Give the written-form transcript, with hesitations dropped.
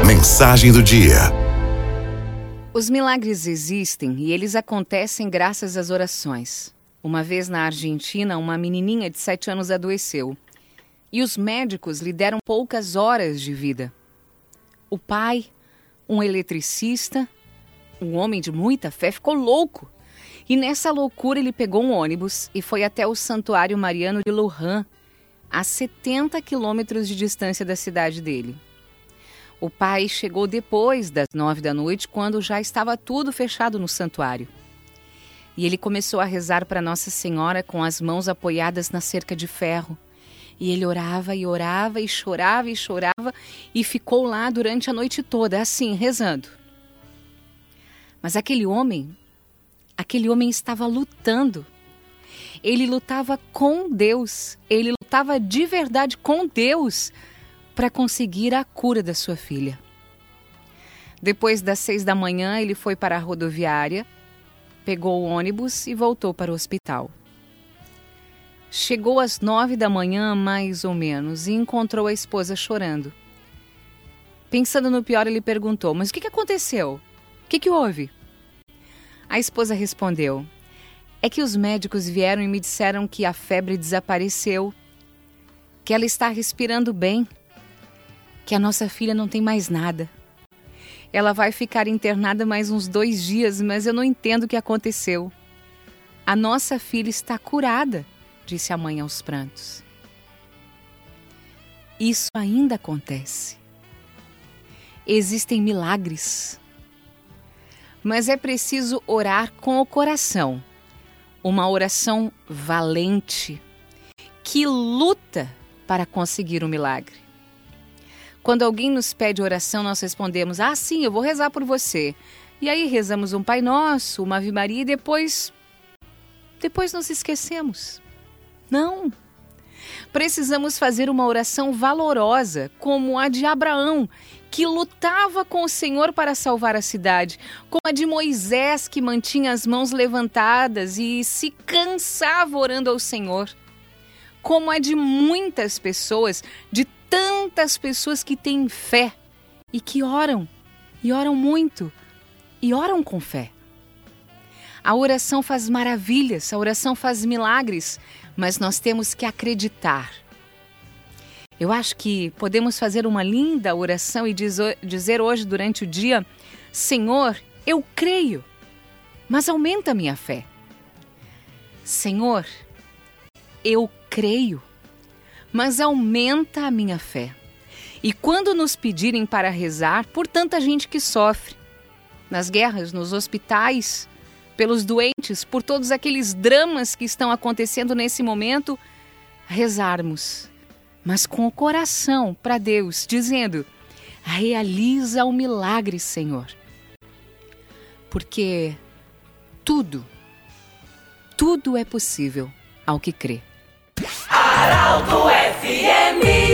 Mensagem do dia. Os milagres existem e eles acontecem graças às orações. Uma vez na Argentina, uma menininha de 7 anos adoeceu e os médicos lhe deram poucas horas de vida. O pai, um eletricista, um homem de muita fé, ficou louco. E nessa loucura ele pegou um ônibus e foi até o Santuário Mariano de Luján, a 70 quilômetros de distância da cidade dele. O pai chegou depois das 9 da noite, quando já estava tudo fechado no santuário. E ele começou a rezar para Nossa Senhora com as mãos apoiadas na cerca de ferro. E ele orava e orava e chorava e ficou lá durante a noite toda, assim, rezando. Mas aquele homem estava lutando. Ele lutava com Deus, ele lutava de verdade com Deus para conseguir a cura da sua filha. Depois das 6 da manhã, ele foi para a rodoviária, pegou o ônibus e voltou para o hospital. Chegou às 9 da manhã, mais ou menos, e encontrou a esposa chorando. Pensando no pior, ele perguntou: mas o que aconteceu? O que houve? A esposa respondeu: é que os médicos vieram e me disseram que a febre desapareceu, que ela está respirando bem, que a nossa filha não tem mais nada. Ela vai ficar internada mais uns 2 dias, mas eu não entendo o que aconteceu. A nossa filha está curada, disse a mãe aos prantos. Isso ainda acontece. Existem milagres. Mas é preciso orar com o coração. Uma oração valente, que luta para conseguir o milagre. Quando alguém nos pede oração, nós respondemos: ah, sim, eu vou rezar por você. E aí rezamos um Pai Nosso, uma Ave Maria e depois nos esquecemos. Não. Precisamos fazer uma oração valorosa, como a de Abraão, que lutava com o Senhor para salvar a cidade, como a de Moisés, que mantinha as mãos levantadas e se cansava orando ao Senhor, como a de muitas pessoas, de tantas pessoas que têm fé e que oram muito, e oram com fé. A oração faz maravilhas, a oração faz milagres, mas nós temos que acreditar. Eu acho que podemos fazer uma linda oração e dizer hoje durante o dia: Senhor, eu creio, mas aumenta a minha fé. Senhor, eu creio, mas aumenta a minha fé. E quando nos pedirem para rezar por tanta gente que sofre, nas guerras, nos hospitais, pelos doentes, por todos aqueles dramas que estão acontecendo nesse momento, rezarmos, mas com o coração para Deus, dizendo: realiza o milagre, Senhor. Porque tudo é possível ao que crê. Arauto FM